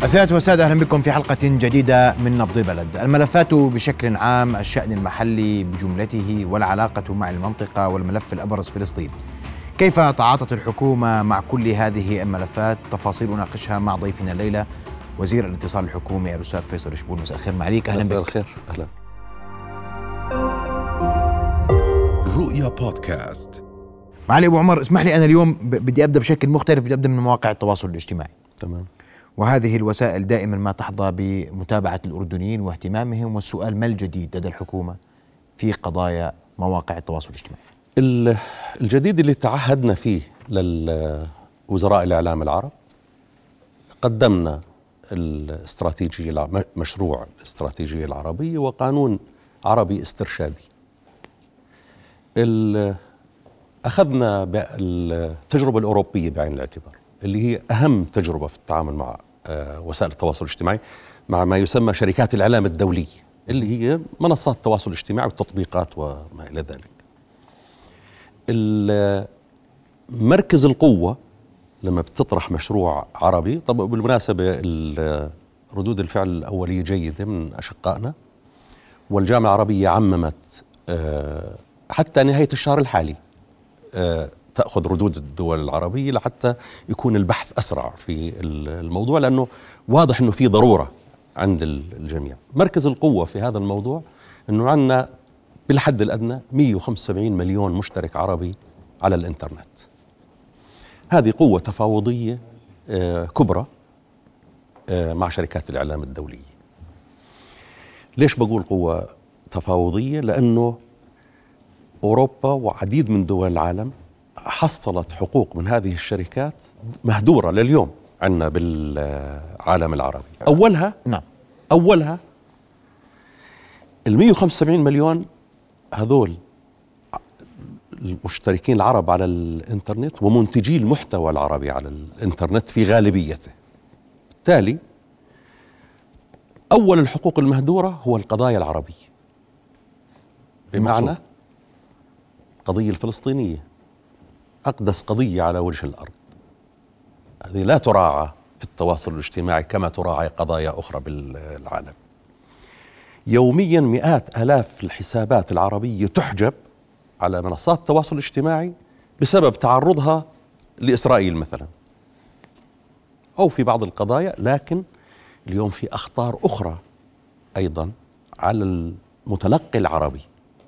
سيادة والسادة، أهلا بكم في حلقة جديدة من نبض البلد. الملفات بشكل عام، الشأن المحلي بجملته والعلاقة مع المنطقة، والملف الأبرز فلسطين. كيف تعاطت الحكومة مع كل هذه الملفات؟ تفاصيل أناقشها مع ضيفنا الليلة وزير الاتصال الحكومي الأستاذ فيصل شبون. مساء الخير معاليك. أهلا بك. مساء الخير. أهلا. رؤيا بودكاست. معالي أبو عمر، اسمح لي أنا اليوم بدي أبدأ بشكل مختلف، بدي أبدأ من مواقع التواصل الاجتماعي. تمام. وهذه الوسائل دائما ما تحظى بمتابعة الأردنيين واهتمامهم، والسؤال: ما الجديد لدى الحكومة في قضايا مواقع التواصل الاجتماعي؟ الجديد اللي تعهدنا فيه للوزراء الإعلام العرب، قدمنا مشروع الاستراتيجية العربية وقانون عربي استرشادي. أخذنا التجربة الأوروبية بعين الاعتبار، اللي هي أهم تجربة في التعامل مع وسائل التواصل الاجتماعي، مع ما يسمى شركات الإعلام الدولية، اللي هي منصات التواصل الاجتماعي والتطبيقات وما إلى ذلك. مركز القوة لما بتطرح مشروع عربي، طبعا بالمناسبة ردود الفعل الأولية جيدة من أشقائنا، والجامعة العربية عممت حتى نهاية الشهر الحالي تأخذ ردود الدول العربية لحتى يكون البحث أسرع في الموضوع، لأنه واضح أنه في ضرورة عند الجميع. مركز القوة في هذا الموضوع أنه عندنا بالحد الأدنى 175 مليون مشترك عربي على الإنترنت. هذه قوة تفاوضية كبرى مع شركات الإعلام الدولية. ليش بقول قوة تفاوضية؟ لأنه أوروبا وعديد من دول العالم حصلت حقوق من هذه الشركات مهدورة لليوم عندنا بالعالم العربي. أولها 175 مليون هذول المشتركين العرب على الإنترنت ومنتجي المحتوى العربي على الإنترنت في غالبيته. بالتالي أول الحقوق المهدورة هو القضايا العربية، بمعنى القضية الفلسطينية، أقدس قضية على وجه الأرض. هذه لا تراعى في التواصل الاجتماعي كما تراعى قضايا أخرى بالعالم. يوميا مئات آلاف الحسابات العربية تحجب على منصات التواصل الاجتماعي بسبب تعرضها لإسرائيل مثلا، أو في بعض القضايا. لكن اليوم في أخطار أخرى أيضا على المتلقي العربي.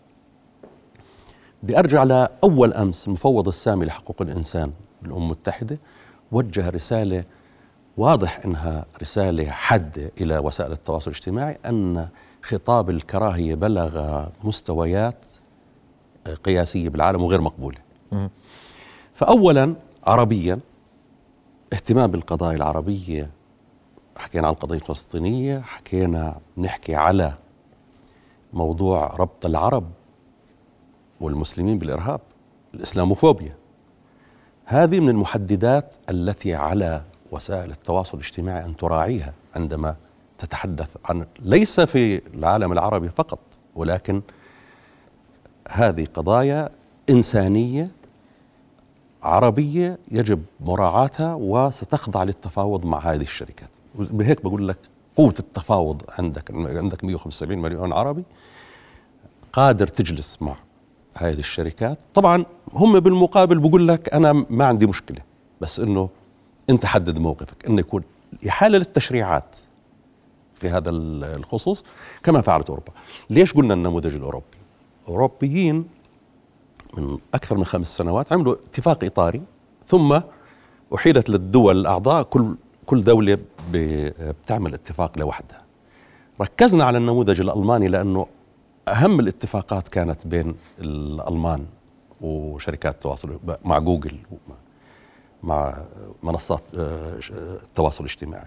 بدي أرجع لأول أمس المفوض السامي لحقوق الإنسان بالأمم المتحدة وجه رسالة واضح أنها رسالة حادة إلى وسائل التواصل الاجتماعي، أن خطاب الكراهية بلغ مستويات قياسية بالعالم وغير مقبولة. فأولا عربيا، اهتمام بالقضايا العربية. حكينا عن القضية الفلسطينية، نحكي على موضوع ربط العرب والمسلمين بالإرهاب، الإسلاموفوبيا. هذه من المحددات التي على وسائل التواصل الاجتماعي أن تراعيها عندما تتحدث عن، ليس في العالم العربي فقط، ولكن هذه قضايا إنسانية عربية يجب مراعاتها وستخضع للتفاوض مع هذه الشركات. بهيك بقول لك قوة التفاوض عندك 175 مليون عربي قادر تجلس مع هذه الشركات. طبعا هم بالمقابل بقول لك أنا ما عندي مشكلة، بس إنه أنت حدد موقفك، إنه يكون يحلل التشريعات في هذا الخصوص كما فعلت أوروبا. ليش قلنا النموذج الأوروبي؟ أوروبيين من أكثر من 5 سنوات عملوا اتفاق إطاري، ثم أحيلت للدول الأعضاء، كل دولة بتعمل اتفاق لوحدها. ركزنا على النموذج الألماني لأنه أهم الاتفاقات كانت بين الألمان وشركات التواصل مع جوجل، مع منصات التواصل الاجتماعي.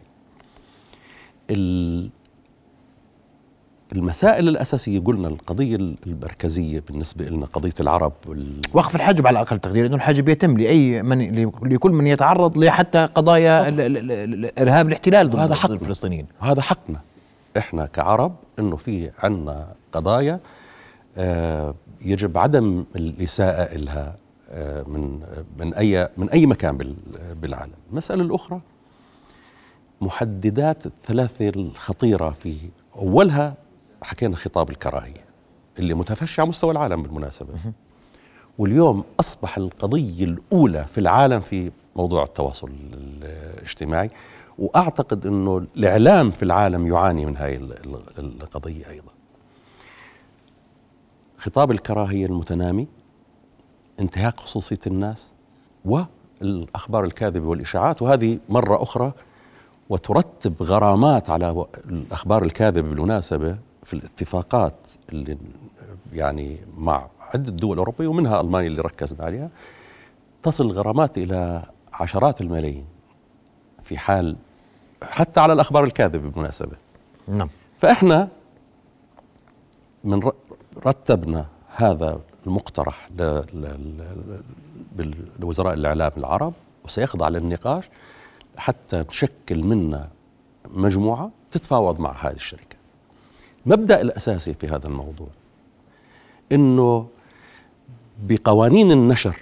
المسائل الأساسية قلنا القضية المركزية بالنسبة لنا قضية العرب وقف الحجب على أقل تقدير، إنه الحجب يتم لكل من يتعرض لحتى قضايا الإرهاب الاحتلال ضد الفلسطينيين. هذا حقنا إحنا كعرب، إنه في عنا قضايا يجب عدم الإساءة إلها من أي مكان بالعالم. المسألة الأخرى محددات الثلاثة الخطيرة في أولها حكينا خطاب الكراهية اللي متفشى على مستوى العالم بالمناسبة، واليوم أصبح القضية الأولى في العالم في موضوع التواصل الاجتماعي، وأعتقد أنه الإعلام في العالم يعاني من هذه القضية أيضا. خطاب الكراهية المتنامي، انتهاك خصوصية الناس، والأخبار الكاذبة والإشاعات، وهذه مرة أخرى وترتب غرامات على الأخبار الكاذبة بالمناسبة في الاتفاقات اللي يعني مع عدة دول أوروبية ومنها ألمانيا اللي ركزنا عليها، تصل الغرامات إلى عشرات الملايين في حال حتى على الأخبار الكاذبة بالمناسبة. نعم. فإحنا من رتبنا هذا المقترح لوزراء الإعلام العرب، وسيخضع للنقاش حتى نشكل منا مجموعة تتفاوض مع هذه الشركة. المبدأ الأساسي في هذا الموضوع إنه بقوانين النشر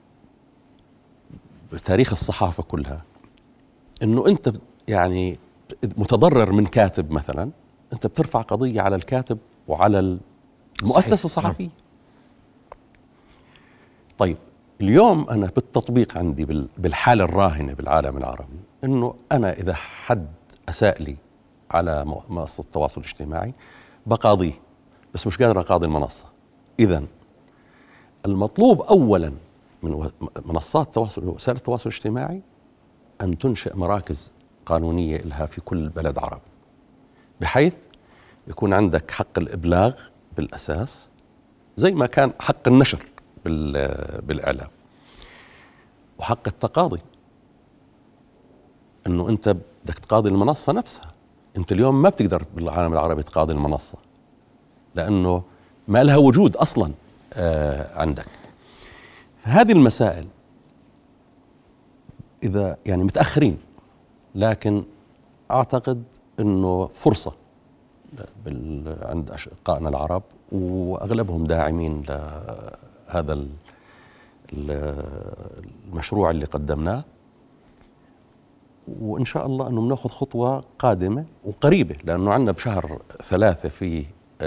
بتاريخ الصحافة كلها، إنه أنت يعني متضرر من كاتب مثلا، أنت بترفع قضية على الكاتب وعلى المؤسسة الصحفية. طيب اليوم أنا بالتطبيق عندي بالحالة الراهنة بالعالم العربي، إنه أنا إذا حد أساء لي على منصة التواصل الاجتماعي بقاضيه، بس مش قادر أقاضي المنصة. إذن المطلوب أولا من منصات التواصل وسائل التواصل الاجتماعي أن تنشئ مراكز قانونية لها في كل بلد عربي، بحيث يكون عندك حق الإبلاغ بالأساس زي ما كان حق النشر بالإعلام، وحق التقاضي، أنه أنت بدك تقاضي المنصة نفسها. أنت اليوم ما بتقدر بالعالم العربي تقاضي المنصة لأنه ما لها وجود أصلا عندك. فهذه المسائل إذا يعني متأخرين، لكن أعتقد أنه فرصة عند أشقائنا العرب، وأغلبهم داعمين لهذا المشروع اللي قدمناه، وإن شاء الله أنه بناخذ خطوة قادمة وقريبة، لأنه عندنا بشهر 3 في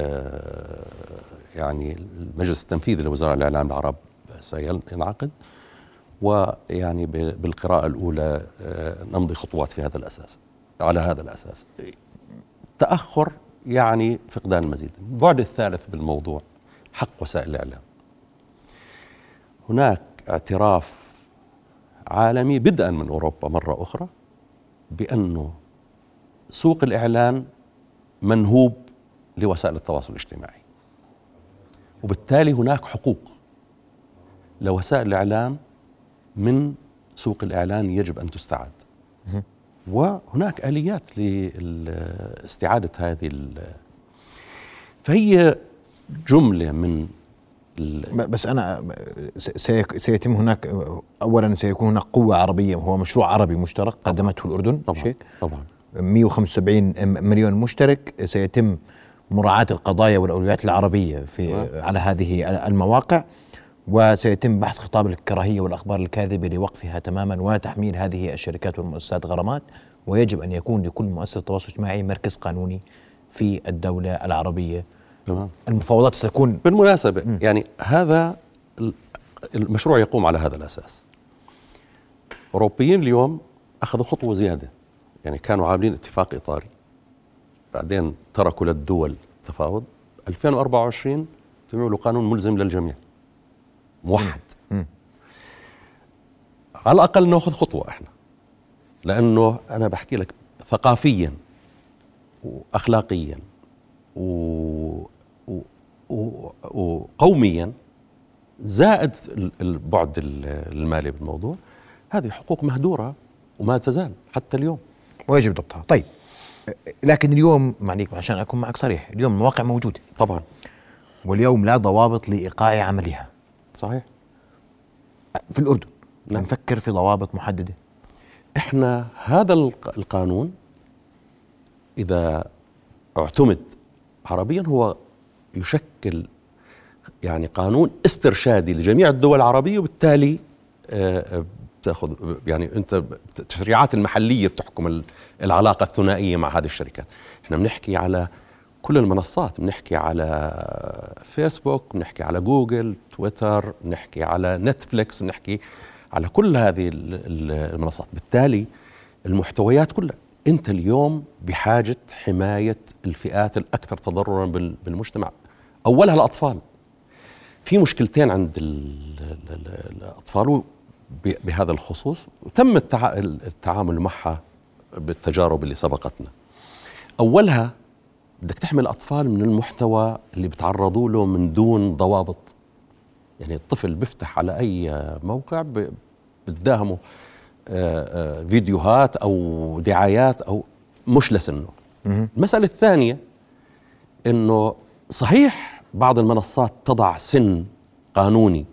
يعني المجلس التنفيذي لوزراء الإعلام العرب سينعقد، ويعني بالقراءة الأولى نمضي خطوات في هذا الأساس. على هذا الأساس تأخر يعني فقدان المزيد. البعد الثالث بالموضوع حق وسائل الإعلام. هناك اعتراف عالمي بدءا من أوروبا مرة أخرى بأنه سوق الإعلان منهوب لوسائل التواصل الاجتماعي، وبالتالي هناك حقوق لوسائل الإعلام من سوق الإعلان يجب أن تستعاد، وهناك آليات لاستعادة هذه فهي جملة من بس أنا سيتم هناك أولا سيكون هناك قوة عربية، وهو مشروع عربي مشترك قدمته الأردن. طبعا 175 مليون مشترك. سيتم مراعاة القضايا والأولويات العربية على هذه المواقع، وسيتم بحث خطاب الكراهية والأخبار الكاذبة لوقفها تماما وتحميل هذه الشركات والمؤسسات غرامات. ويجب أن يكون لكل مؤسسة تواصل اجتماعي مركز قانوني في الدولة العربية. تمام. المفاوضات ستكون بالمناسبة يعني هذا المشروع يقوم على هذا الأساس. أوروبيين اليوم أخذوا خطوة زيادة، يعني كانوا عاملين اتفاق إطاري، بعدين تركوا للدول التفاوض. 2024 تعملوا قانون ملزم للجميع موحد. على الأقل نأخذ خطوة إحنا، لأنه أنا بحكي لك ثقافيا وأخلاقيا وقوميا، زائد البعد المالي بالموضوع، هذه حقوق مهدورة وما تزال حتى اليوم ويجب ضبطها. طيب، لكن اليوم معليك عشان أكون معك صريح، اليوم المواقع موجودة طبعا، واليوم لا ضوابط لإيقاع عملها. صحيح. في الأردن نعم. نفكر في ضوابط محددة. إحنا هذا القانون إذا اعتمد عربيا هو يشكل يعني قانون استرشادي لجميع الدول العربية، وبالتالي بتاخذ يعني انت التشريعات المحليه بتحكم العلاقه الثنائيه مع هذه الشركات. احنا بنحكي على كل المنصات، بنحكي على فيسبوك، بنحكي على جوجل، تويتر، بنحكي على نتفليكس، بنحكي على كل هذه المنصات. بالتالي المحتويات كلها، انت اليوم بحاجه حمايه الفئات الاكثر تضررا بالمجتمع، اولها الاطفال. في مشكلتين عند الاطفال بهذا الخصوص، وتم التعامل معها بالتجارب اللي سبقتنا. اولها بدك تحمي الأطفال من المحتوى اللي بتعرضوا له من دون ضوابط. يعني الطفل بيفتح على أي موقع بتداهمه فيديوهات أو دعايات أو مش لسنه. المسألة الثانية إنه صحيح بعض المنصات تضع سن قانوني،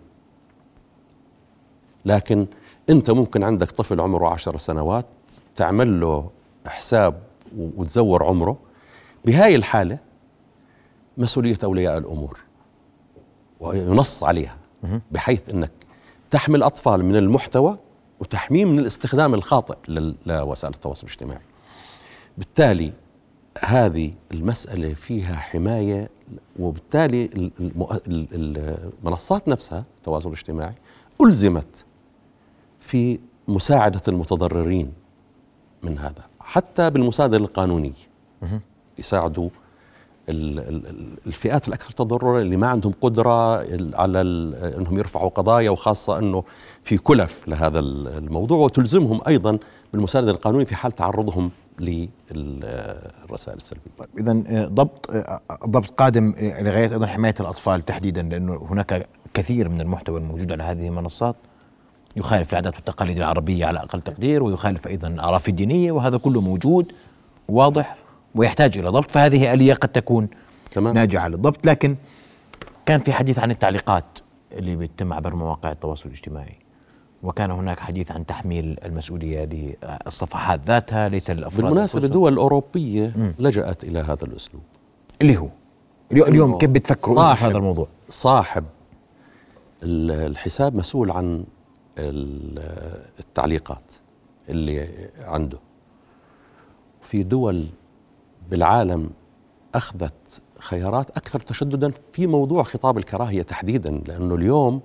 لكن أنت ممكن عندك طفل عمره 10 سنوات تعمل له حساب وتزور عمره. بهاي الحالة مسؤولية أولياء الأمور وينص عليها، بحيث أنك تحمي الأطفال من المحتوى وتحميه من الاستخدام الخاطئ لوسائل التواصل الاجتماعي. بالتالي هذه المسألة فيها حماية، وبالتالي المنصات نفسها التواصل الاجتماعي ألزمت في مساعدة المتضررين من هذا، حتى بالمساعدة القانونية، يساعدوا الفئات الأكثر تضررا اللي ما عندهم قدرة على أنهم يرفعوا قضايا، وخاصة أنه في كلف لهذا الموضوع، وتلزمهم أيضا بالمساعدة القانونية في حال تعرضهم للرسائل السلبية. إذن ضبط قادم لغاية أيضا حماية الأطفال تحديدا، لأنه هناك كثير من المحتوى الموجود على هذه المنصات يخالف العادات والتقاليد العربية على أقل تقدير، ويخالف أيضا الأعراف الدينية، وهذا كله موجود واضح ويحتاج إلى ضبط. فهذه آلية قد تكون ناجعة للضبط. لكن كان في حديث عن التعليقات اللي بتتم عبر مواقع التواصل الاجتماعي، وكان هناك حديث عن تحميل المسؤولية للصفحات ذاتها ليس للأفراد. بالمناسبة الدول الأوروبية لجأت إلى هذا الأسلوب اللي هو اليوم كيف بتفكروا في هذا الموضوع؟ صاحب الحساب مسؤول عن التعليقات اللي عنده. في دول بالعالم أخذت خيارات أكثر تشدداً في موضوع خطاب الكراهية تحديداً، لأنه اليوم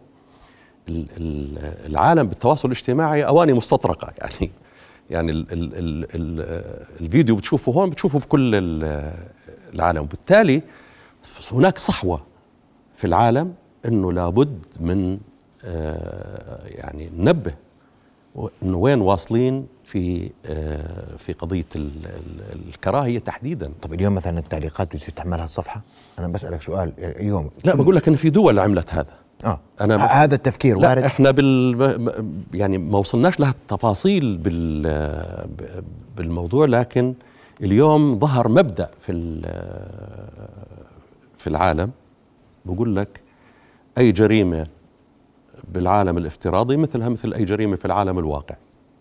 العالم بالتواصل الاجتماعي أواني مستطرقة. يعني الفيديو بتشوفه هون بتشوفه بكل العالم، وبالتالي هناك صحوة في العالم أنه لابد من يعني ننبه إنه وين واصلين في قضية الكراهية تحديدا. طب اليوم مثلا التعليقات بتصير تعملها الصفحة؟ أنا بسألك سؤال اليوم. لا، بقول لك إن في دول عملت هذا. أنا هذا التفكير وارد. إحنا يعني ما وصلناش لها التفاصيل بالموضوع، لكن اليوم ظهر مبدأ في العالم بقول لك أي جريمة بالعالم الافتراضي مثلها مثل أي جريمة في العالم الواقع،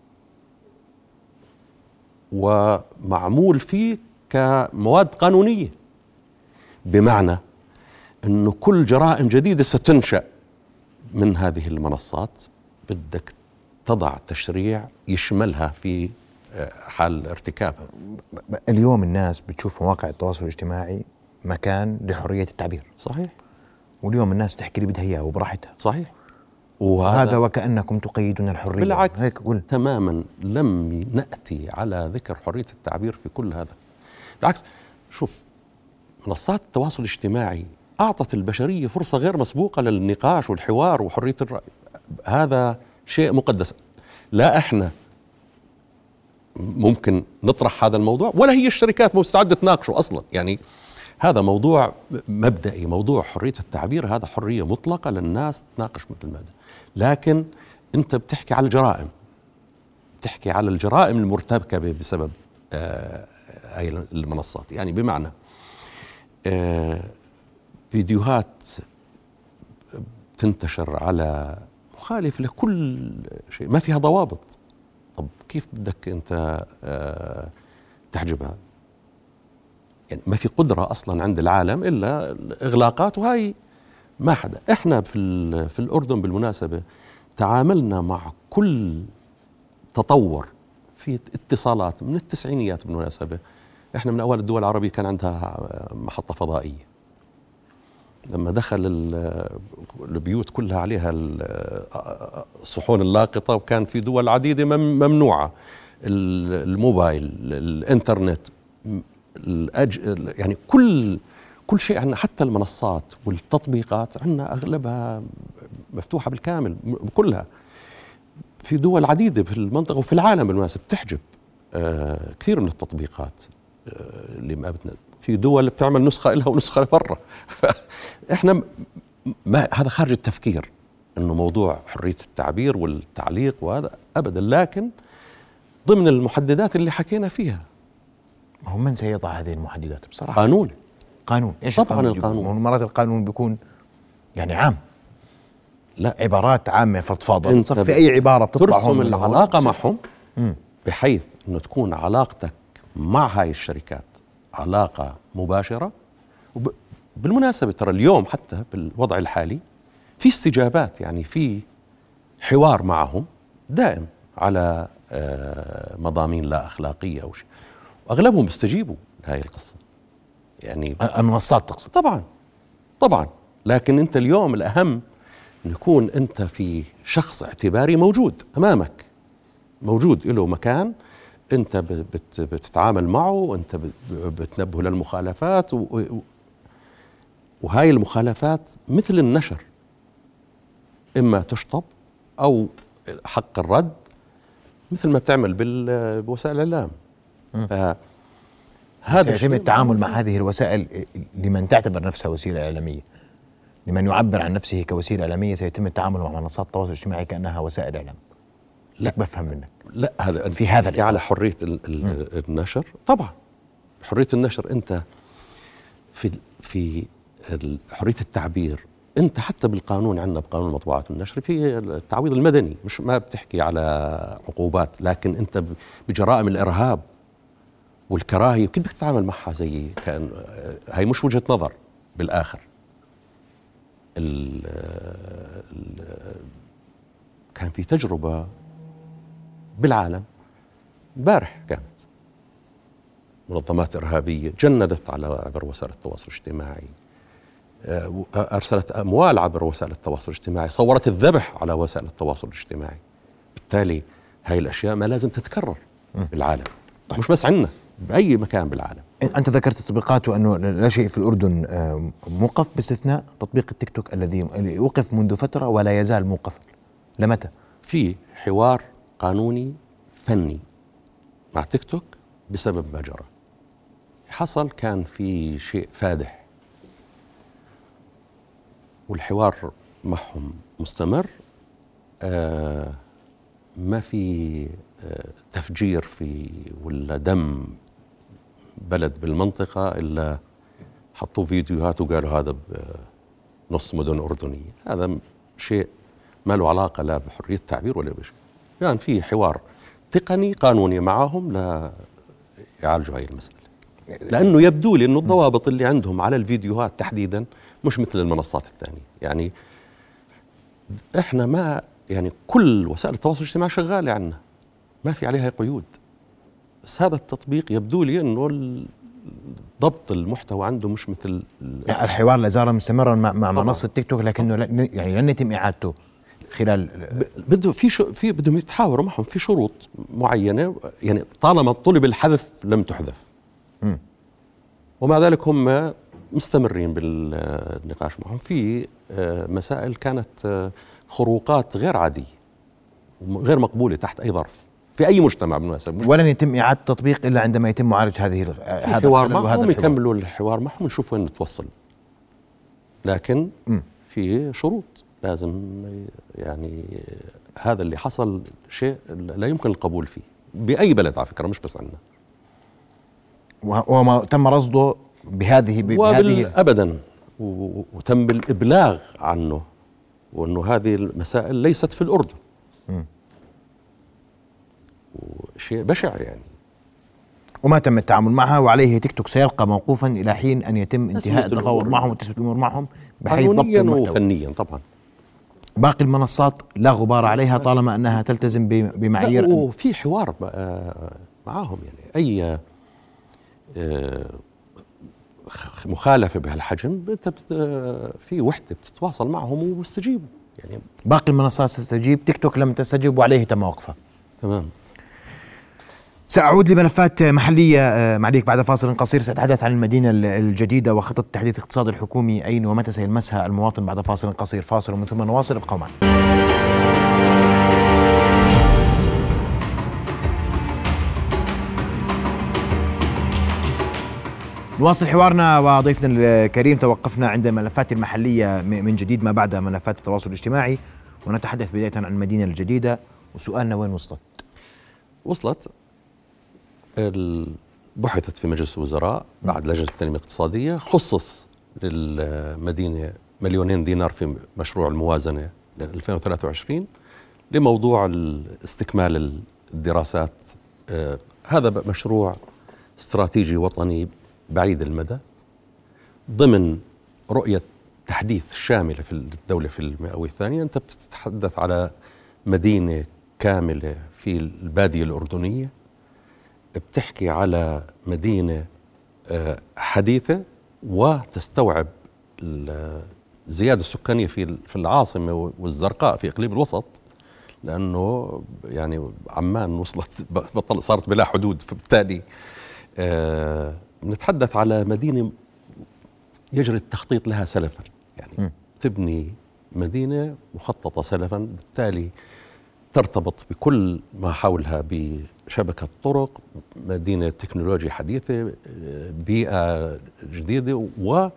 ومعمول فيه كمواد قانونية، بمعنى أنه كل جرائم جديدة ستنشأ من هذه المنصات بدك تضع تشريع يشملها في حال ارتكابها. اليوم الناس بتشوف مواقع التواصل الاجتماعي مكان لحرية التعبير. صحيح. واليوم الناس تحكي اللي بدها إياه وبراحتها. صحيح. وهذا وكأنكم تقيدون الحرية. بالعكس هيك قول. تماما، لم نأتي على ذكر حرية التعبير في كل هذا. بالعكس، شوف، منصات التواصل الاجتماعي أعطت البشرية فرصة غير مسبوقة للنقاش والحوار وحرية الرأي. هذا شيء مقدس. لا إحنا ممكن نطرح هذا الموضوع ولا هي الشركات مستعدة تناقشه أصلا. يعني هذا موضوع مبدئي، موضوع حرية التعبير هذا حرية مطلقة للناس تناقش مثل ما ده. لكن أنت بتحكي على الجرائم، بتحكي على الجرائم المرتكبة بسبب هاي المنصات. يعني بمعنى فيديوهات تنتشر على مخالف لكل شيء، ما فيها ضوابط. طب كيف بدك أنت تحجبها؟ يعني ما في قدرة أصلا عند العالم إلا إغلاقات، وهاي ما حدا. إحنا في الأردن بالمناسبة تعاملنا مع كل تطور في اتصالات من التسعينيات بالمناسبة. احنا من أول الدول العربية كان عندها محطة فضائية. لما دخل البيوت كلها عليها الصحون اللاقطة، وكان في دول عديدة ممنوعة. الموبايل، الانترنت، يعني كل شيء عندنا، حتى المنصات والتطبيقات عندنا أغلبها مفتوحة بالكامل كلها. في دول عديدة في المنطقة وفي العالم بالمناسبة بتحجب كثير من التطبيقات اللي ما بدنا. في دول بتعمل نسخة لها ونسخة برا. فإحنا هذا خارج التفكير إنه موضوع حرية التعبير والتعليق وهذا أبدا، لكن ضمن المحددات اللي حكينا فيها. هو من سيضع هذه المحددات بصراحة؟ قانون. إيش طبعا القانون. مرات القانون بيكون يعني عام، لا عبارات عامة فضفاضة، تصفي أي عبارة بتطلع ترسم العلاقة معهم بحيث إنه تكون علاقتك مع هاي الشركات علاقة مباشرة. بالمناسبة ترى اليوم حتى بالوضع الحالي في استجابات، يعني في حوار معهم دائم على مضامين لا أخلاقية أو شيء، وأغلبهم بيستجيبوا لهاي القصة. يعني المنصات تقصد؟ طبعا، لكن أنت اليوم الأهم أن يكون أنت في شخص اعتباري موجود أمامك، موجود له مكان أنت بتتعامل معه، وأنت بتنبه للمخالفات، وهاي المخالفات مثل النشر، إما تشطب أو حق الرد مثل ما بتعمل بوسائل الإعلام. فهذا سيتم التعامل مع هذه الوسائل لمن تعتبر نفسها وسيلة إعلامية، لمن يعبر عن نفسه كوسيلة إعلامية سيتم التعامل مع منصات التواصل الاجتماعي كأنها وسائل إعلام. لا بفهم منك. لا، هذا في هذا على حرية النشر. طبعا حرية النشر، أنت في حرية التعبير. أنت حتى بالقانون عندنا بقانون المطبوعات والنشر في التعويض المدني، مش ما بتحكي على عقوبات، لكن أنت بجرائم الإرهاب والكراهية كيف بدك تتعامل معها؟ زي كان هاي مش وجهة نظر بالآخر. كان في تجربة بالعالم امبارح، كانت منظمات إرهابية جندت عبر وسائل التواصل الاجتماعي، أرسلت أموال عبر وسائل التواصل الاجتماعي، صورت الذبح على وسائل التواصل الاجتماعي. بالتالي هاي الأشياء ما لازم تتكرر بالعالم. طيب. مش بس عندنا، بأي مكان بالعالم. أنت ذكرت التطبيقات وأنه لا شيء في الأردن موقف باستثناء تطبيق التيك توك الذي وقف منذ فترة ولا يزال موقفا. لمتى؟ في حوار قانوني فني مع تيك توك بسبب ما جرى. حصل كان في شيء فادح، والحوار معهم مستمر. ما في تفجير في ولا دم بلد بالمنطقة إلا حطوا فيديوهات وقالوا هذا بنص مدن أردنية. هذا شيء ما له علاقة لا بحرية التعبير ولا بشيء. يعني في حوار تقني قانوني معهم لا يعالجوا هاي المسألة، لأنه يبدو لي أنه الضوابط اللي عندهم على الفيديوهات تحديدا مش مثل المنصات الثانية. يعني إحنا ما يعني كل وسائل التواصل الاجتماعي شغالة عنا، ما في عليها قيود، بس هذا التطبيق يبدو لي أنه ضبط المحتوى عنده مش مثل يعني الحوار لا زال مستمرا مع منصة تيك توك، لكنه يعني لن يتم إعادته خلال بده في بدهم يتحاوروا معهم في شروط معينة، يعني طالما طلب الحذف لم تحذف. ومع ذلك هم مستمرين بالنقاش معهم في مسائل كانت خروقات غير عادية غير مقبولة تحت أي ظرف في أي مجتمع بالمناسبة. ولن يتم إعادة التطبيق إلا عندما يتم معالجة هذا الحوار معهم، يكملوا الحوار معهم ونشوف وين نتوصل. لكن في شروط لازم، يعني هذا اللي حصل شيء لا يمكن القبول فيه بأي بلد على فكرة، مش بس عندنا. وما تم رصده بهذه أبدا، وتم الإبلاغ عنه، وأنه هذه المسائل ليست في الأردن. شيء بشع يعني، وما تم التعامل معها، وعليه تيك توك سيبقى موقوفا إلى حين أن يتم انتهاء التفاوض معهم وتثبيت الأمور معهم بحيث ضبط المحتوى وفنيا. طبعا باقي المنصات لا غبار عليها طالما أنها تلتزم بمعايير. وفي حوار معاهم، يعني أي مخالفة بهالحجم أنت في وحدة بتتواصل معهم وبيستجيبوا. يعني باقي المنصات تستجيب، تيك توك لم تستجيب وعليه تم وقفه. تمام. سأعود لملفات محلية معليك بعد فاصل قصير. سأتحدث عن المدينة الجديدة وخطط التحديث الاقتصادي الحكومي أين ومتى سيلمسها المواطن بعد فاصل قصير. فاصل ومن ثم نواصل، ابقوا معنا. نواصل حوارنا وضيفنا الكريم. توقفنا عند الملفات المحلية من جديد ما بعد ملفات التواصل الاجتماعي، ونتحدث بداية عن المدينة الجديدة. وسؤالنا وين وصلت؟ بحثت في مجلس الوزراء بعد لجنة التنمية الاقتصادية، خصص للمدينة 2,000,000 دينار في مشروع الموازنة ل 2023 لموضوع استكمال الدراسات. هذا مشروع استراتيجي وطني بعيد المدى ضمن رؤية تحديث شاملة في الدولة في المئوية الثانية. أنت بتتحدث على مدينة كاملة في البادية الأردنية، بتحكي على مدينة حديثة وتستوعب الزيادة السكانية في العاصمة والزرقاء في إقليم الوسط، لأنه يعني عمان وصلت صارت بلا حدود. فبالتالي نتحدث على مدينة يجري التخطيط لها سلفا، يعني تبني مدينة مخططة سلفا، بالتالي ترتبط بكل ما حولها بشبكة طرق، مدينة تكنولوجيا حديثة، بيئة جديدة، و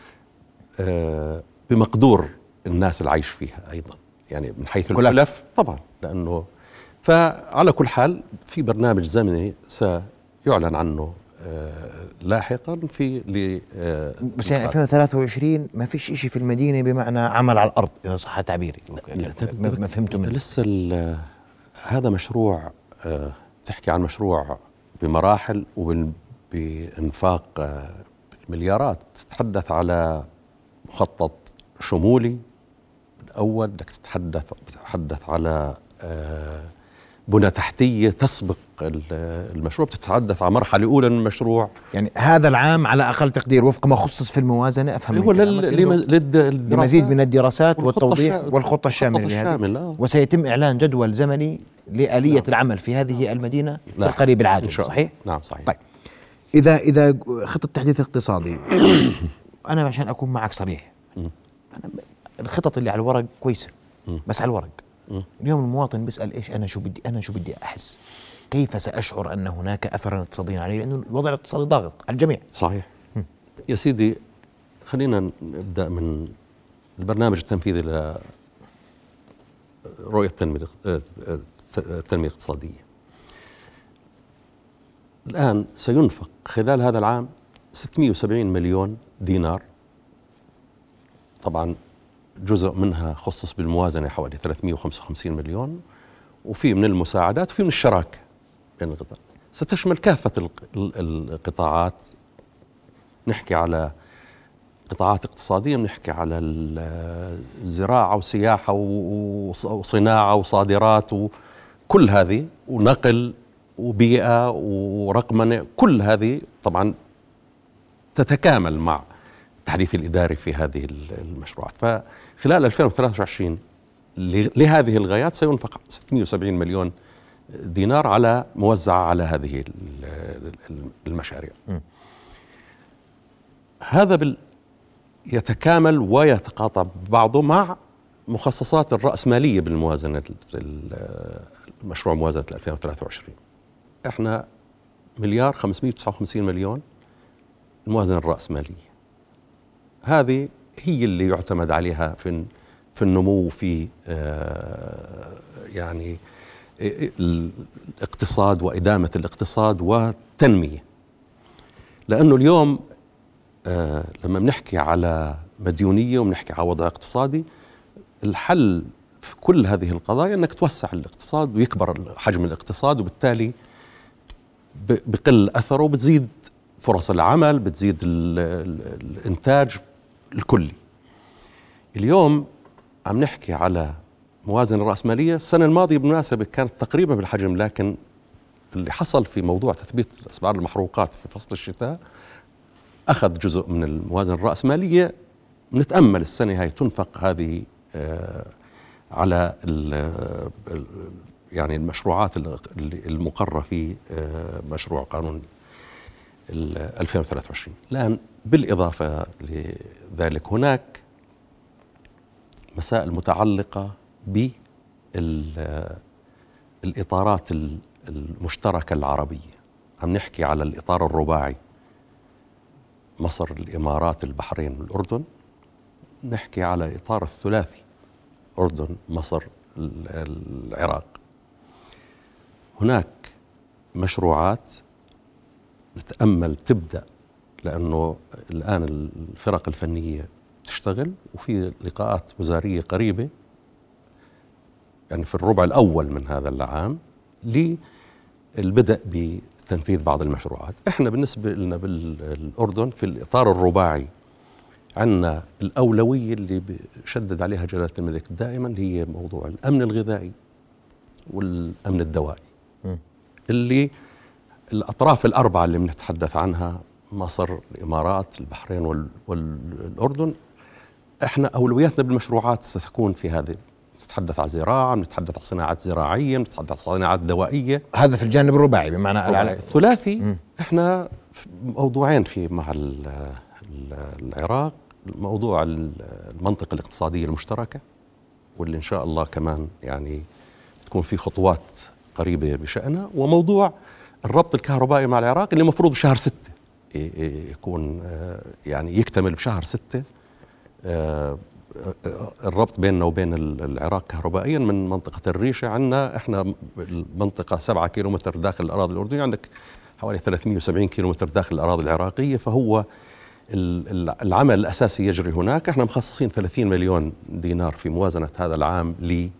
بمقدور الناس العيش فيها أيضا، يعني من حيث الكلف طبعا. لأنه فعلى كل حال في برنامج زمني سيعلن عنه لاحقا بس يعني 2023 ما فيش إشي في المدينة بمعنى عمل على الأرض إذا صح تعبيري. ما فهمته منه. لسه هذا مشروع تحكي عن مشروع بمراحل وبإنفاق مليارات. تتحدث على مخطط شمولي الأول، بدك تتحدث على بنى تحتية تسبق المشروع، بتتحدث عن مرحلة أولى من المشروع. يعني هذا العام على أقل تقدير وفق ما خصص في الموازنة، أفهم هو لمزيد من الدراسات والتوضيح والخطة الشاملة وسيتم إعلان جدول زمني لآلية العمل في هذه المدينة في القريب العاجل، صحيح؟ نعم صحيح. طيب إذا خطة التحديث الاقتصادي أنا عشان أكون معك صريح، أنا الخطط اللي على الورق كويسة بس على الورق. اليوم المواطن بيسأل إيش أنا شو بدي أحس، كيف سأشعر أن هناك أثرا اقتصاديا علي، لأنه الوضع الاقتصادي ضاغط على الجميع. صحيح. يا سيدي خلينا نبدأ من البرنامج التنفيذي لرؤية التنمية الاقتصادية. الآن سينفق خلال هذا العام 670 مليون دينار، طبعا جزء منها خصص بالموازنة حوالي 355 مليون، وفي من المساعدات وفي من الشراكة بين القطاع. ستشمل كافة القطاعات. نحكي على قطاعات اقتصادية، نحكي على الزراعة وسياحة وصناعة وصادرات وكل هذه، ونقل وبيئة ورقمنة، كل هذه طبعا تتكامل مع التحديث الإداري في هذه المشروعات. فخلال 2023 لهذه الغايات سينفق 670 مليون دينار موزعة على هذه المشاريع. هذا يتكامل ويتقاطع بعضه مع مخصصات الرأسمالية بالموازنة، المشروع موازنة 2023. احنا 1,559 مليون الموازنة الرأسمالية، هذه هي اللي يعتمد عليها في النمو، في يعني الاقتصاد وإدامة الاقتصاد والتنمية. لأنه اليوم لما بنحكي على مديونية وبنحكي على وضع اقتصادي، الحل في كل هذه القضايا أنك توسع الاقتصاد ويكبر حجم الاقتصاد، وبالتالي بقل أثره، وبتزيد فرص العمل، بتزيد الإنتاج الكلي. اليوم عم نحكي على موازنة رأسمالية. السنة الماضية بالمناسبة كانت تقريبا بالحجم، لكن اللي حصل في موضوع تثبيت أسعار المحروقات في فصل الشتاء أخذ جزء من الموازنة الرأسمالية. نتأمل السنة هاي تنفق هذه على يعني المشروعات المقرة في مشروع قانون 2023. الآن بالإضافة لذلك هناك مسائل متعلقة بالإطارات المشتركة العربية. عم نحكي على الإطار الرباعي مصر الإمارات البحرين والأردن، نحكي على الإطار الثلاثي أردن مصر العراق. هناك مشروعات نتأمل تبدأ، لأنه الآن الفرق الفنية تشتغل وفي لقاءات وزارية قريبة يعني في الربع الأول من هذا العام للبدء بتنفيذ بعض المشروعات. احنا بالنسبة لنا بالأردن في الإطار الرباعي عندنا الأولوية اللي بشدد عليها جلالة الملك دائما هي موضوع الأمن الغذائي والأمن الدوائي، اللي الأطراف الأربعة اللي بنتحدث عنها مصر الإمارات البحرين والأردن، احنا أولوياتنا بالمشروعات ستكون في هذه. نتحدث عن زراعة، نتحدث عن صناعات زراعية، نتحدث عن صناعات دوائية. هذا في الجانب الرباعي بمعنى الثلاثي. احنا موضوعين في مع العراق، موضوع المنطقة الاقتصادية المشتركة، واللي إن شاء الله كمان يعني تكون في خطوات قريبة بشأنها، وموضوع الربط الكهربائي مع العراق اللي مفروض بشهر 6 يكون يعني يكتمل بشهر 6. الربط بيننا وبين العراق كهربائيا من منطقة الريشة. عندنا احنا المنطقة 7 كيلومتر داخل الأراضي الأردنية، عندك حوالي 370 كيلومتر داخل الأراضي العراقية، فهو العمل الأساسي يجري هناك. احنا مخصصين 30 مليون دينار في موازنة هذا العام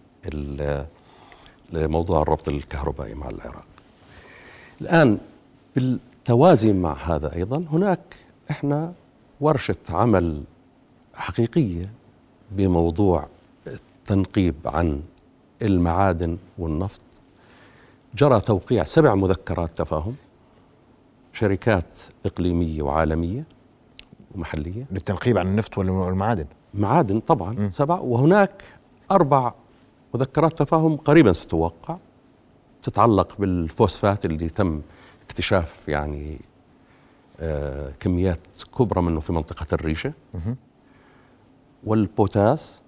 لموضوع الربط الكهربائي مع العراق. الآن بالتوازي مع هذا أيضا هناك احنا ورشة عمل حقيقية بموضوع التنقيب عن المعادن والنفط. جرى توقيع 7 مذكرات تفاهم، شركات إقليمية وعالمية ومحلية للتنقيب عن النفط والمعادن. معادن طبعا 7، وهناك 4 مذكرات تفاهم قريبا ستوقع تتعلق بالفوسفات اللي تم اكتشاف يعني كميات كبرى منه في منطقة الريشة، والبوتاس،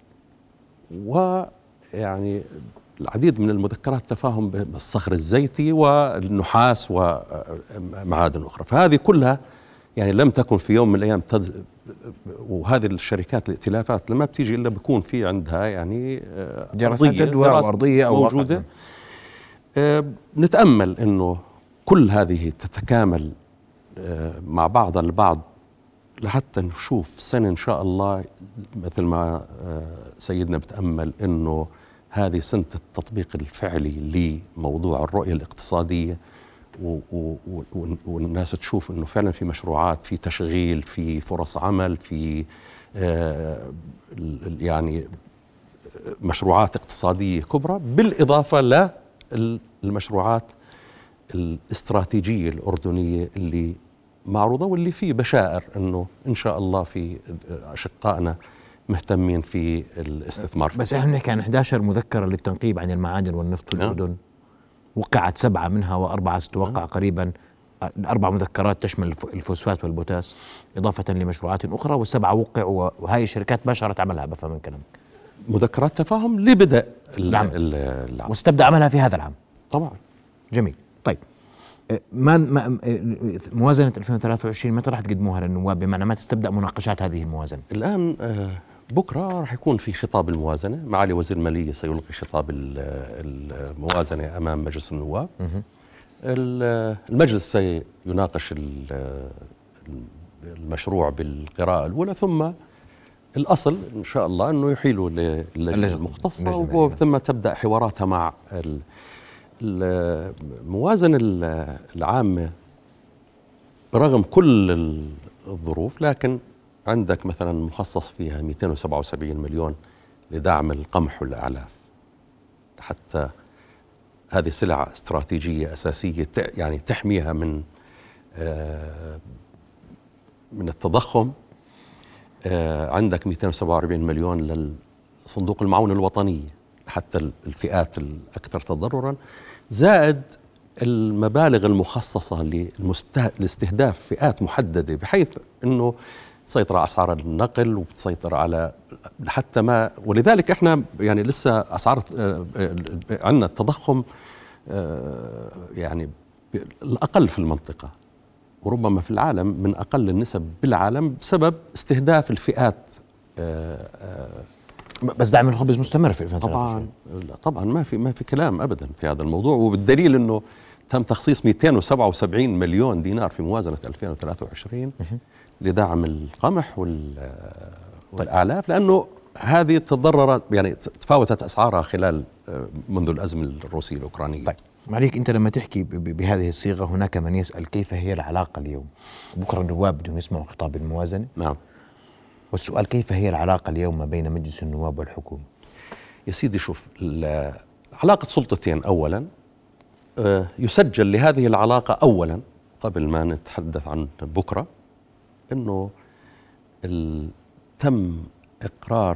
ويعني العديد من المذكرات تفاهم بالصخر الزيتي والنحاس ومعادن أخرى. فهذه كلها يعني لم تكن في يوم من الأيام وهذه الشركات الائتلافات لما بتيجي إلا بيكون في عندها يعني دراسة أرضية أو موجودة. نتأمل أنه كل هذه تتكامل مع بعض البعض لحتى نشوف سنة إن شاء الله مثل ما سيدنا بتأمل أنه هذه سنة التطبيق الفعلي لموضوع الرؤية الاقتصادية، والناس تشوف أنه فعلا في مشروعات، في تشغيل، في فرص عمل، في يعني مشروعات اقتصادية كبرى، بالإضافة للمشروعات الاستراتيجية الأردنية اللي معروضة واللي فيه بشائر أنه إن شاء الله في أشقائنا مهتمين في الاستثمار فيه. بس احنا بنحكي عن 11 مذكرة للتنقيب عن المعادن والنفط في الأردن، وقعت 7 منها و4 ستوقع قريبا. 4 مذكرات تشمل الفوسفات والبوتاس إضافة لمشروعات أخرى، و7 وقعوا، وهي الشركات باشرت عملها. بفهم من كلامك مذكرات تفاهم لبدء العام واستبدأ عملها في هذا العام طبعا. جميل. طيب موازنة 2023 متى راح تقدموها للنواب، بمعنى ما تستبدأ مناقشات هذه الموازنة؟ الآن بكرة راح يكون في خطاب الموازنة، معالي وزير المالية سيلقي خطاب الموازنة أمام مجلس النواب. المجلس سيناقش المشروع بالقراءة الأولى، ثم الأصل إن شاء الله أنه يحيلوا للجنة المختصة، ثم تبدأ حواراتها مع الموازنة العامة. برغم كل الظروف، لكن عندك مثلا مخصص فيها 277 مليون لدعم القمح والأعلاف، حتى هذه سلعة استراتيجية أساسية يعني تحميها من التضخم. عندك 247 مليون لصندوق المعونة الوطنية حتى الفئات الأكثر تضررا، زائد المبالغ المخصصة لاستهداف فئات محددة، بحيث أنه تسيطر على أسعار النقل وبتسيطر على حتى ما، ولذلك إحنا يعني لسه أسعار عندنا التضخم يعني الأقل في المنطقة، وربما في العالم من أقل النسب بالعالم، بسبب استهداف الفئات. بس دعم الخبز مستمر في 2023. طبعا ما في كلام أبدا في هذا الموضوع، وبالدليل أنه تم تخصيص 277 مليون دينار في موازنة 2023 لدعم القمح والأعلاف، لأنه هذه تضررت يعني تفاوتت أسعارها خلال منذ الأزمة الروسية الأوكرانية. طيب معليك، أنت لما تحكي بهذه الصيغة هناك من يسأل كيف هي العلاقة اليوم؟ بكرة النواب بدهم يسمعوا خطاب الموازنة. نعم. والسؤال كيف هي العلاقة اليوم ما بين مجلس النواب والحكومة؟ يا سيدي شوف، علاقة سلطتين أولا، يسجل لهذه العلاقة أولا قبل ما نتحدث عن بكرة أنه تم إقرار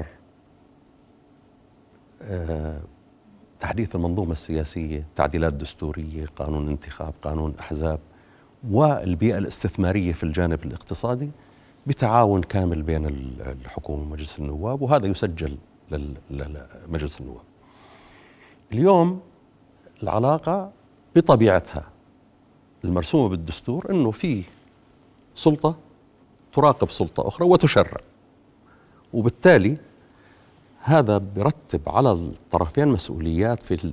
تحديث المنظومة السياسية، تعديلات دستورية، قانون انتخاب، قانون أحزاب، والبيئة الاستثمارية في الجانب الاقتصادي بتعاون كامل بين الحكومة ومجلس النواب، وهذا يسجل لمجلس النواب. اليوم العلاقة بطبيعتها المرسومة بالدستور أنه في سلطة تراقب سلطة أخرى وتشرع، وبالتالي هذا برتب على الطرفين مسؤوليات في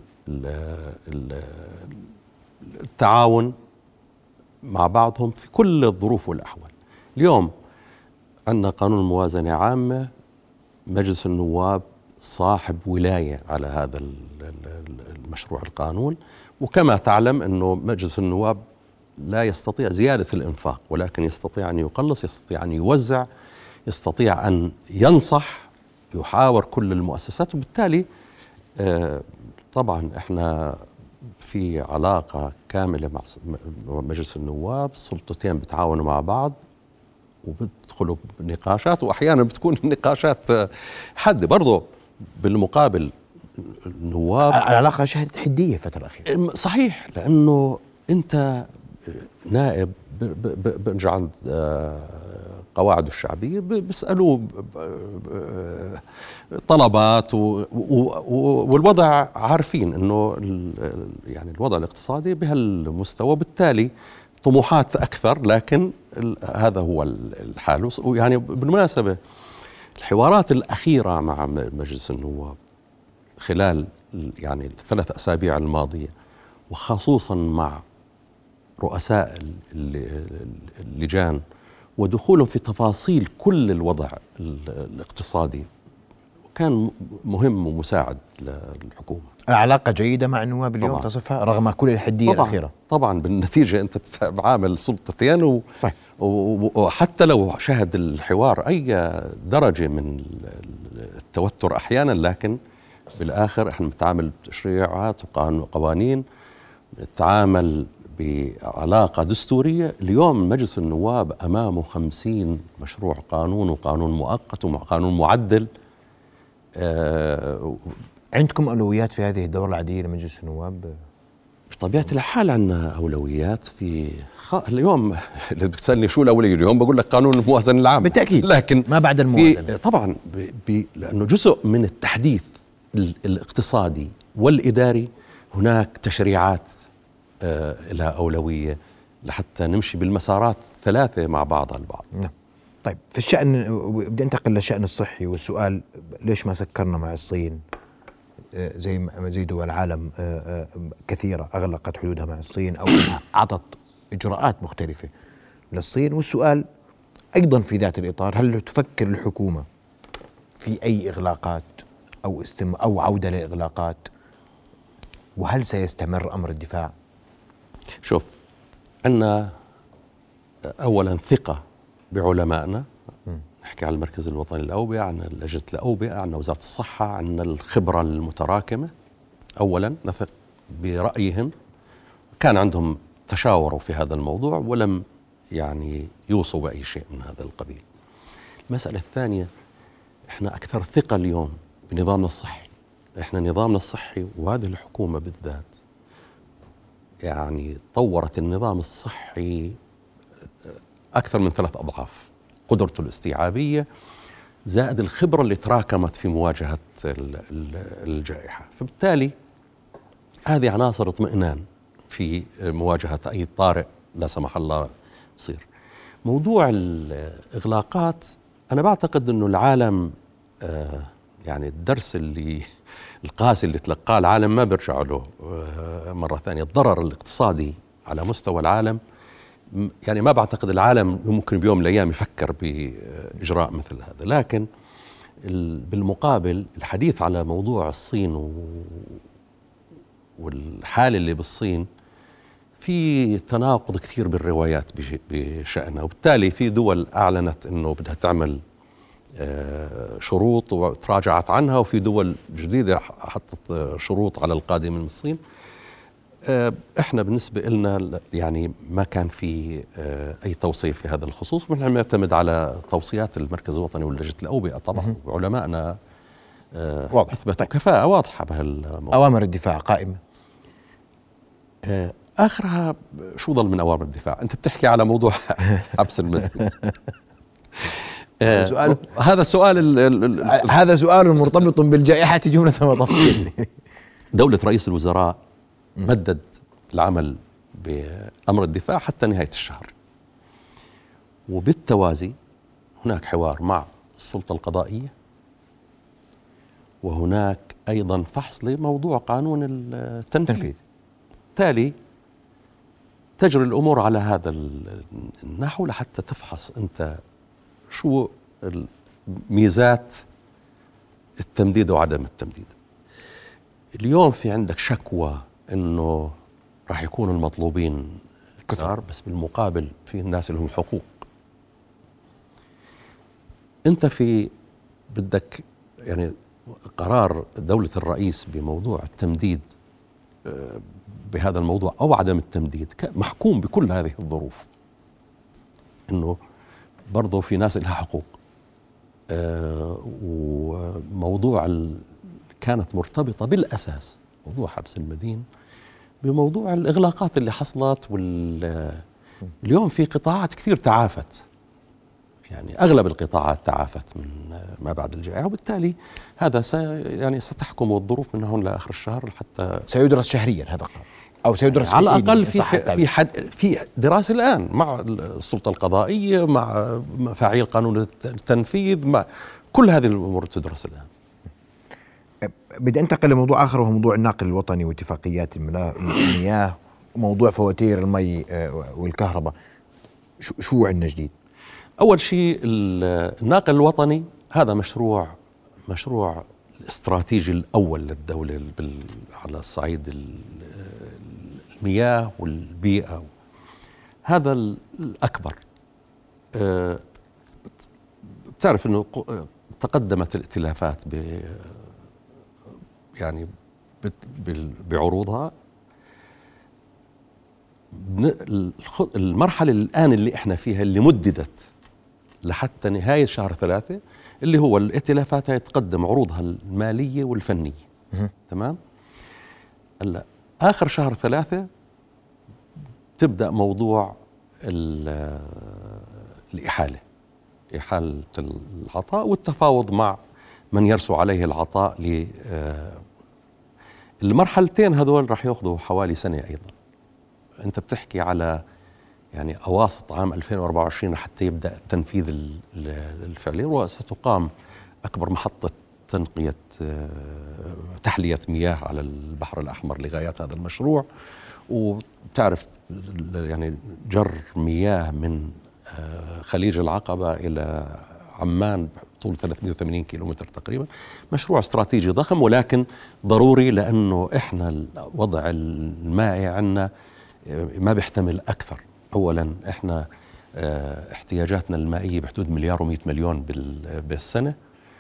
التعاون مع بعضهم في كل الظروف والأحوال. اليوم عندنا قانون الموازنة عامة، مجلس النواب صاحب ولاية على هذا المشروع القانون، وكما تعلم أنه مجلس النواب لا يستطيع زيادة الإنفاق، ولكن يستطيع أن يقلص، يستطيع أن يوزع، يستطيع أن ينصح، يحاور كل المؤسسات. وبالتالي طبعا احنا في علاقة كاملة مع مجلس النواب، السلطتين بتعاونوا مع بعض وبدخلوا بنقاشات، وأحيانا بتكون النقاشات حادة. برضو بالمقابل النواب العلاقة شهدت حدية الفترة الأخيرة. صحيح، لأنه أنت نائب برجع عند قواعده الشعبية بيسألوه طلبات والوضع، عارفين أنه يعني الوضع الاقتصادي بهالمستوى، بالتالي طموحات أكثر، لكن هذا هو الحال. يعني بالمناسبة الحوارات الأخيرة مع مجلس النواب خلال يعني الثلاث أسابيع الماضية، وخصوصا مع رؤساء اللجان ودخولهم في تفاصيل كل الوضع الاقتصادي، كان مهم ومساعد للحكومة. العلاقة جيدة مع النواب اليوم طبعا. تصفها رغم كل الحدية طبعا الأخيرة. طبعا بالنتيجة أنت بعامل سلطتين طيب. وحتى لو شهد الحوار أي درجة من التوتر أحيانا، لكن بالآخر احنا نتعامل بتشريعات وقوانين، نتعامل بعلاقة دستورية. اليوم مجلس النواب أمامه 50 مشروع قانون، وقانون مؤقت وقانون معدل. عندكم أولويات في هذه الدورة العادية لمجلس النواب؟ بطبيعة الحال عندنا أولويات في اليوم. اللي بتسألني شو الأولوية اليوم، بقول لك قانون الموازنة العامة بالتأكيد، لكن ما بعد الموازنة طبعا لأنه جزء من التحديث الاقتصادي والإداري هناك تشريعات لها أولوية لحتى نمشي بالمسارات ثلاثة مع بعضها البعض. نعم. طيب في الشأن، بدي أنتقل للشأن الصحي، والسؤال ليش ما سكرنا مع الصين زي دول العالم كثيرة أغلقت حدودها مع الصين أو أعطت إجراءات مختلفة للصين؟ والسؤال أيضا في ذات الإطار، هل تفكر الحكومة في أي إغلاقات أو عودة للإغلاقات؟ وهل سيستمر أمر الدفاع؟ شوف، عندنا أولا ثقة بعلمائنا، نحكي عن المركز الوطني للأوبئة، عن لجنة الأوبئة، عن وزارة الصحة، عن الخبرة المتراكمة. أولا نثق برأيهم، كان عندهم تشاوروا في هذا الموضوع ولم يعني يوصوا بأي شيء من هذا القبيل. المسألة الثانية، احنا أكثر ثقة اليوم بنظامنا الصحي. احنا نظامنا الصحي وهذه الحكومة بالذات يعني طورت النظام الصحي أكثر من 3 أضعاف، قدرته الاستيعابية زائد الخبرة اللي تراكمت في مواجهة الجائحة. فبالتالي هذه عناصر اطمئنان في مواجهة أي طارئ لا سمح الله يصير. موضوع الإغلاقات، أنا بعتقد أنه العالم يعني الدرس القاسي اللي تلقاه العالم ما بيرجع له مرة ثانية. الضرر الاقتصادي على مستوى العالم، يعني ما بعتقد العالم ممكن بيوم من الأيام يفكر بإجراء مثل هذا. لكن بالمقابل الحديث على موضوع الصين والحالة اللي بالصين في تناقض كثير بالروايات بشأنها، وبالتالي في دول أعلنت أنه بدها تعمل شروط وتراجعت عنها، وفي دول جديدة حطت شروط على القادم من الصين. احنا بالنسبة لنا يعني ما كان في أي توصية في هذا الخصوص، ونحن نعتمد على توصيات المركز الوطني ولجنة الأوبئة طبعا، وعلمائنا أثبتوا كفاءة واضحة بهالموضوع. أوامر الدفاع قائمة، آخرها شو ظل من أوامر الدفاع؟ أنت بتحكي على موضوع حبس المدني. هذا سؤال مرتبط بالجائحة جملة وتفصيل. دولة رئيس الوزراء مدد العمل بأمر الدفاع حتى نهاية الشهر، وبالتوازي هناك حوار مع السلطة القضائية، وهناك أيضا فحص لموضوع قانون التنفيذ. بالتالي تجري الأمور على هذا النحو لحتى تفحص أنت شو ميزات التمديد وعدم التمديد. اليوم في عندك شكوى أنه راح يكون المطلوبين كثار، بس بالمقابل في الناس لهم حقوق. أنت في بدك يعني قرار دولة الرئيس بموضوع التمديد بهذا الموضوع أو عدم التمديد محكوم بكل هذه الظروف، أنه برضو في ناس لها حقوق. وموضوع كانت مرتبطة بالأساس موضوع حبس المدين بموضوع الإغلاقات اللي حصلت. اليوم في قطاعات كثير تعافت، يعني أغلب القطاعات تعافت من ما بعد الجائحة، وبالتالي هذا يعني ستحكم الظروف من هون لآخر الشهر حتى سيدرس شهريا هذا القرار، أو سيدرس على الأقل في دراسة الآن مع السلطة القضائية، مع مفاعيل قانون التنفيذ، مع كل هذه الأمور تدرس الآن. بدي أنتقل لموضوع آخر، وهو موضوع الناقل الوطني واتفاقيات المياه وموضوع فواتير المي والكهرباء. شو عندنا جديد؟ أول شيء الناقل الوطني هذا مشروع الاستراتيجي الأول للدولة على الصعيد المياه والبيئة، هذا الأكبر. بتعرف أنه تقدمت الائتلافات يعني بعروضها. المرحلة الآن اللي احنا فيها اللي مددت لحتى نهاية شهر 3، اللي هو الائتلافات هي تقدم عروضها المالية والفنية. تمام. آخر شهر 3 تبدأ موضوع الإحالة، إحالة العطاء والتفاوض مع من يرسو عليه العطاء. المرحلتين هذول راح يأخذوا حوالي سنة أيضا. أنت بتحكي على يعني أواسط عام 2024 حتى يبدأ التنفيذ الفعلي، وستقام أكبر محطة تنقية تحلية مياه على البحر الأحمر لغايات هذا المشروع. وبتعرف يعني جر مياه من خليج العقبة إلى عمان طول 380 كيلومتر تقريبا. مشروع استراتيجي ضخم ولكن ضروري، لأنه إحنا الوضع المائي عندنا ما بيحتمل أكثر. أولا إحنا احتياجاتنا المائية بحدود 1,100,000,000 بالسنة.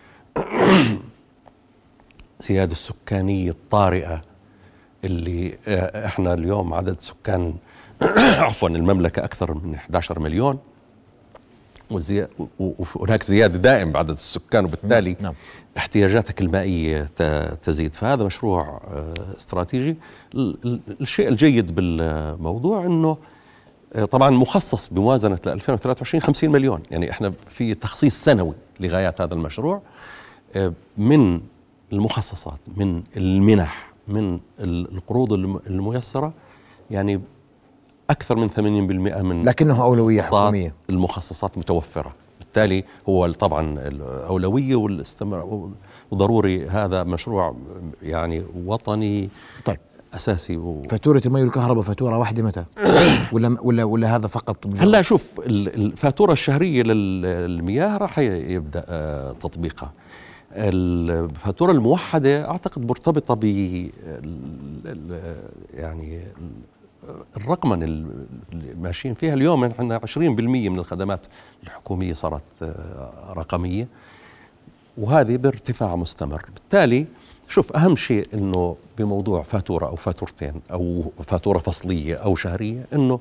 زيادة السكانية الطارئة اللي احنا اليوم عدد سكان عفوا المملكة أكثر من 11 مليون، وهناك زيادة دائم بعدد السكان، وبالتالي نعم. احتياجاتك المائية تزيد. فهذا مشروع استراتيجي. الشيء الجيد بالموضوع أنه طبعا مخصص بموازنة 2023 50 مليون، يعني احنا في تخصيص سنوي لغايات هذا المشروع من المخصصات، من المنح، من القروض الميسرة، يعني أكثر من 80% من لكنه أولوية حكومية. المخصصات متوفرة، بالتالي هو طبعا الأولوية والاستمرار، وضروري هذا مشروع يعني وطني. طيب أساسي. فاتورة المي والكهرباء فاتورة واحدة متى؟ ولا هذا فقط؟ هلا شوف، الفاتورة الشهرية للمياه راح يبدأ تطبيقها. الفاتورة الموحدة أعتقد مرتبطة ب يعني الرقمنة اللي ماشيين فيها اليوم. احنا 20% من الخدمات الحكومية صارت رقمية، وهذه بارتفاع مستمر. بالتالي شوف، أهم شيء إنه بموضوع فاتورة أو فاتورتين أو فاتورة فصلية أو شهرية، إنه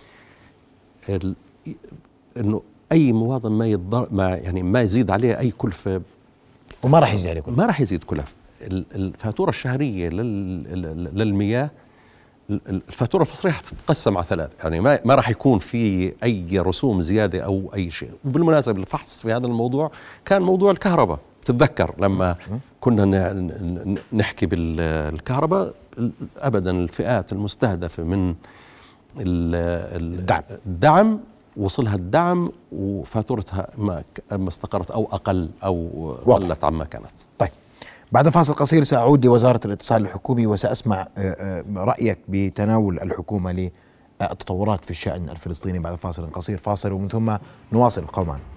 أي مواطن ما يزيد عليه أي كلفة، وما راح يزيد عليه كلفة. ما راح يزيد كلفة. الفاتورة الشهرية للمياه، الفاتورة الفصلية حتتقسم على 3، يعني ما راح يكون في أي رسوم زيادة أو أي شيء. وبالمناسبة الفحص في هذا الموضوع كان موضوع الكهرباء. تتذكر لما كنا نحكي بالكهرباء، أبدا الفئات المستهدفة من الدعم وصلها الدعم وفاتورتها ما استقرت أو أقل أو قلت عما كانت. طيب بعد فاصل قصير سأعود لوزارة الاتصال الحكومي وسأسمع رأيك بتناول الحكومة للتطورات في الشأن الفلسطيني بعد فاصل قصير. فاصل ومن ثم نواصل. ابقوا معنا.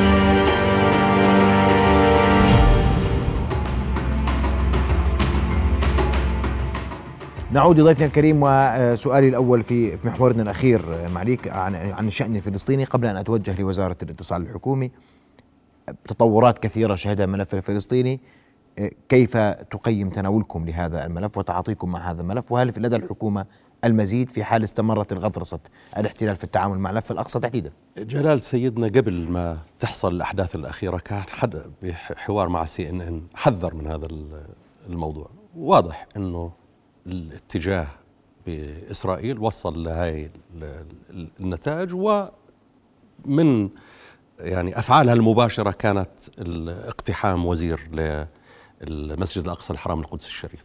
نعود لضيفنا الكريم، وسؤالي الأول في محورنا الأخير معليك عن الشأن الفلسطيني قبل أن أتوجه لوزارة الاتصال الحكومي. تطورات كثيرة شهدها الملف الفلسطيني، كيف تقيم تناولكم لهذا الملف وتعاطيكم مع هذا الملف؟ وهل لدى الحكومة المزيد في حال استمرت الغطرسة الاحتلال في التعامل مع الملف الأقصى تحديدا؟ جلال سيدنا قبل ما تحصل الأحداث الأخيرة كان بحوار مع CNN حذر من هذا الموضوع. واضح أنه الاتجاه بإسرائيل وصل لهذه النتائج، ومن يعني أفعالها المباشرة كانت اقتحام وزير للمسجد الأقصى الحرام القدس الشريف.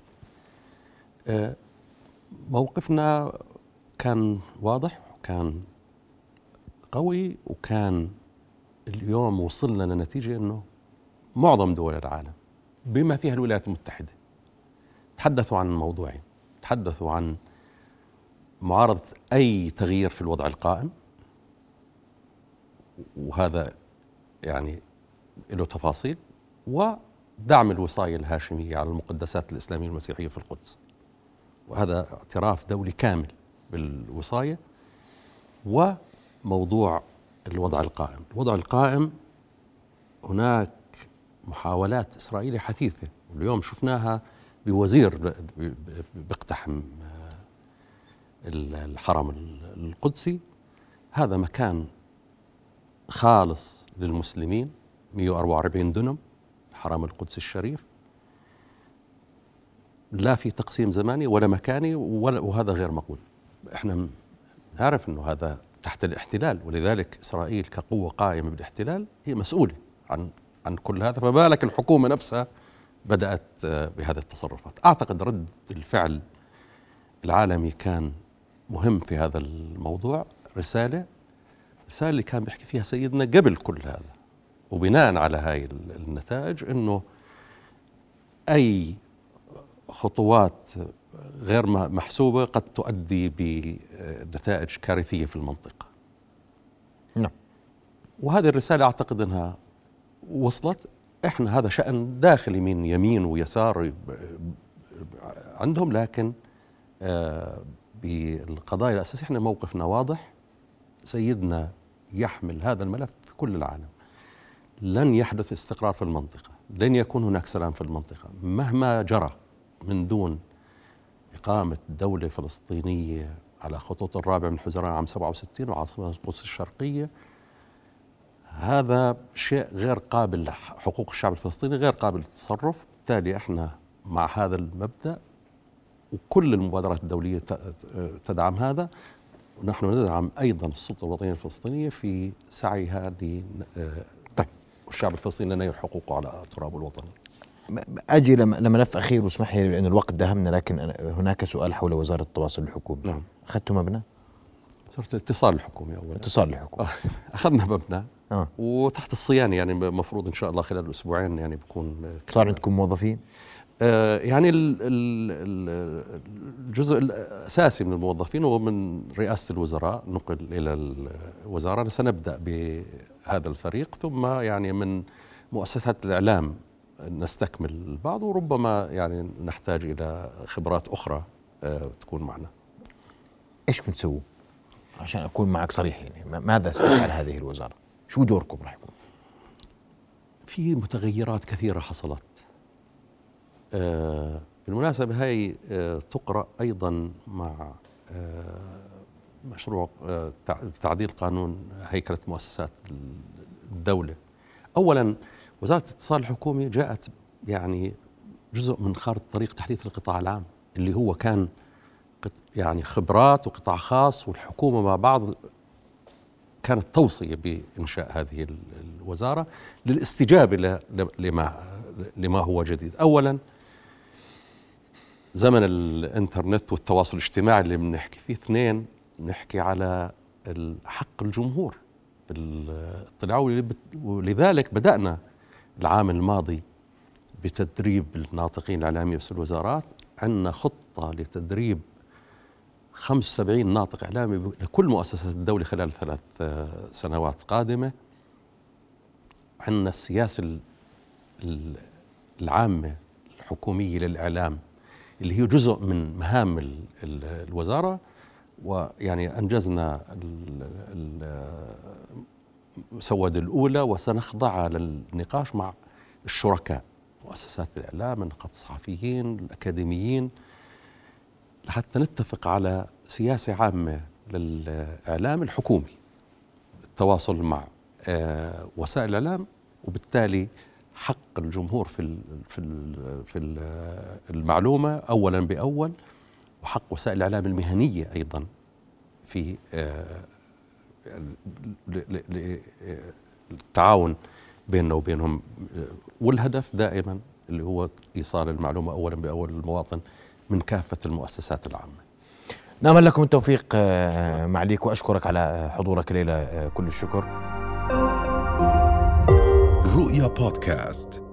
موقفنا كان واضح وكان قوي، وكان اليوم وصلنا لنتيجة أنه معظم دول العالم بما فيها الولايات المتحدة تحدثوا عن موضوعين. تحدثوا عن معارضة أي تغيير في الوضع القائم، وهذا يعني له تفاصيل، ودعم الوصاية الهاشمية على المقدسات الإسلامية والمسيحية في القدس، وهذا اعتراف دولي كامل بالوصاية. وموضوع الوضع القائم. الوضع القائم هناك محاولات إسرائيلية حثيثة، واليوم شفناها بوزير بيقتحم الحرم القدسي. هذا مكان خالص للمسلمين، 144 دنم الحرم القدسي الشريف، لا في تقسيم زماني ولا مكاني، وهذا غير مقبول. احنا نعرف انه هذا تحت الاحتلال، ولذلك اسرائيل كقوة قائمة بالاحتلال هي مسؤولة عن كل هذا. فما بالك الحكومة نفسها بدأت بهذه التصرفات. أعتقد رد الفعل العالمي كان مهم في هذا الموضوع. رسالة اللي كان بيحكي فيها سيدنا قبل كل هذا، وبناء على هاي النتائج، إنه أي خطوات غير محسوبة قد تؤدي بنتائج كارثية في المنطقة. نعم. وهذه الرسالة أعتقد أنها وصلت. إحنا هذا شأن داخلي من يمين ويسار عندهم، لكن بالقضايا الأساسية إحنا موقفنا واضح. سيدنا يحمل هذا الملف في كل العالم. لن يحدث استقرار في المنطقة، لن يكون هناك سلام في المنطقة مهما جرى من دون إقامة دولة فلسطينية على خطوط الرابع من حزيران عام 67 وعاصمة القدس الشرقية. هذا شيء غير قابل، حقوق الشعب الفلسطيني غير قابل للتصرف. بالتالي احنا مع هذا المبدأ، وكل المبادرات الدولية تدعم هذا، ونحن ندعم أيضا السلطة الوطنية الفلسطينية في سعيها والشعب الفلسطيني لن ينال حقوقه على ترابه الوطني. أجي لملف أخير واسمح لي لأن الوقت دهمنا، لكن هناك سؤال حول وزارة التواصل الحكومي. نعم. أخذتوا مبنى؟ وزارة الاتصال الحكومي أولا. اتصال الحكومي. أخذنا مبنى وتحت الصيانة، يعني مفروض إن شاء الله خلال أسبوعين يعني بكون صار عندكم موظفين؟ يعني الجزء الأساسي من الموظفين ومن رئاسة الوزراء نقل إلى الوزارة. سنبدأ بهذا الفريق، ثم يعني من مؤسسات الإعلام نستكمل البعض، وربما يعني نحتاج إلى خبرات أخرى تكون معنا. إيش بتسووا عشان أكون معك صريح؟ يعني ماذا ستفعل هذه الوزارة؟ شو دوركم راح يكون؟ في متغيرات كثيرة حصلت. بالمناسبة هاي تقرأ أيضا مع مشروع تعديل قانون هيكلة مؤسسات الدولة. أولا وزارة الاتصال الحكومي جاءت يعني جزء من خارطة طريق تحديث القطاع العام، اللي هو كان يعني خبرات وقطاع خاص والحكومة مع بعض. كانت توصية بإنشاء هذه الوزارة للاستجابة لما هو جديد. أولا زمن الإنترنت والتواصل الاجتماعي اللي بنحكي فيه. اثنين، نحكي على حق الجمهور بالاطلاع، ولذلك بدأنا العام الماضي بتدريب الناطقين الإعلاميين في الوزارات. عندنا خطة لتدريب 75 ناطق إعلامي لكل مؤسسات الدولة خلال 3 سنوات قادمة. عندنا السياسة العامة الحكومية للإعلام اللي هي جزء من مهام الوزارة، ويعني أنجزنا المسودة الأولى وسنخضعها للنقاش مع الشركاء، مؤسسات الإعلام، نقابة الصحفيين، الأكاديميين، لحتى نتفق على سياسة عامة للإعلام الحكومي، التواصل مع وسائل الإعلام، وبالتالي حق الجمهور في المعلومة أولا بأول، وحق وسائل الإعلام المهنية أيضا في التعاون بيننا وبينهم، والهدف دائما اللي هو إيصال المعلومة أولا بأول للمواطن من كافة المؤسسات العامة. نأمل لكم التوفيق معليك، وأشكرك على حضورك الليلة، كل الشكر. رؤيا بودكاست.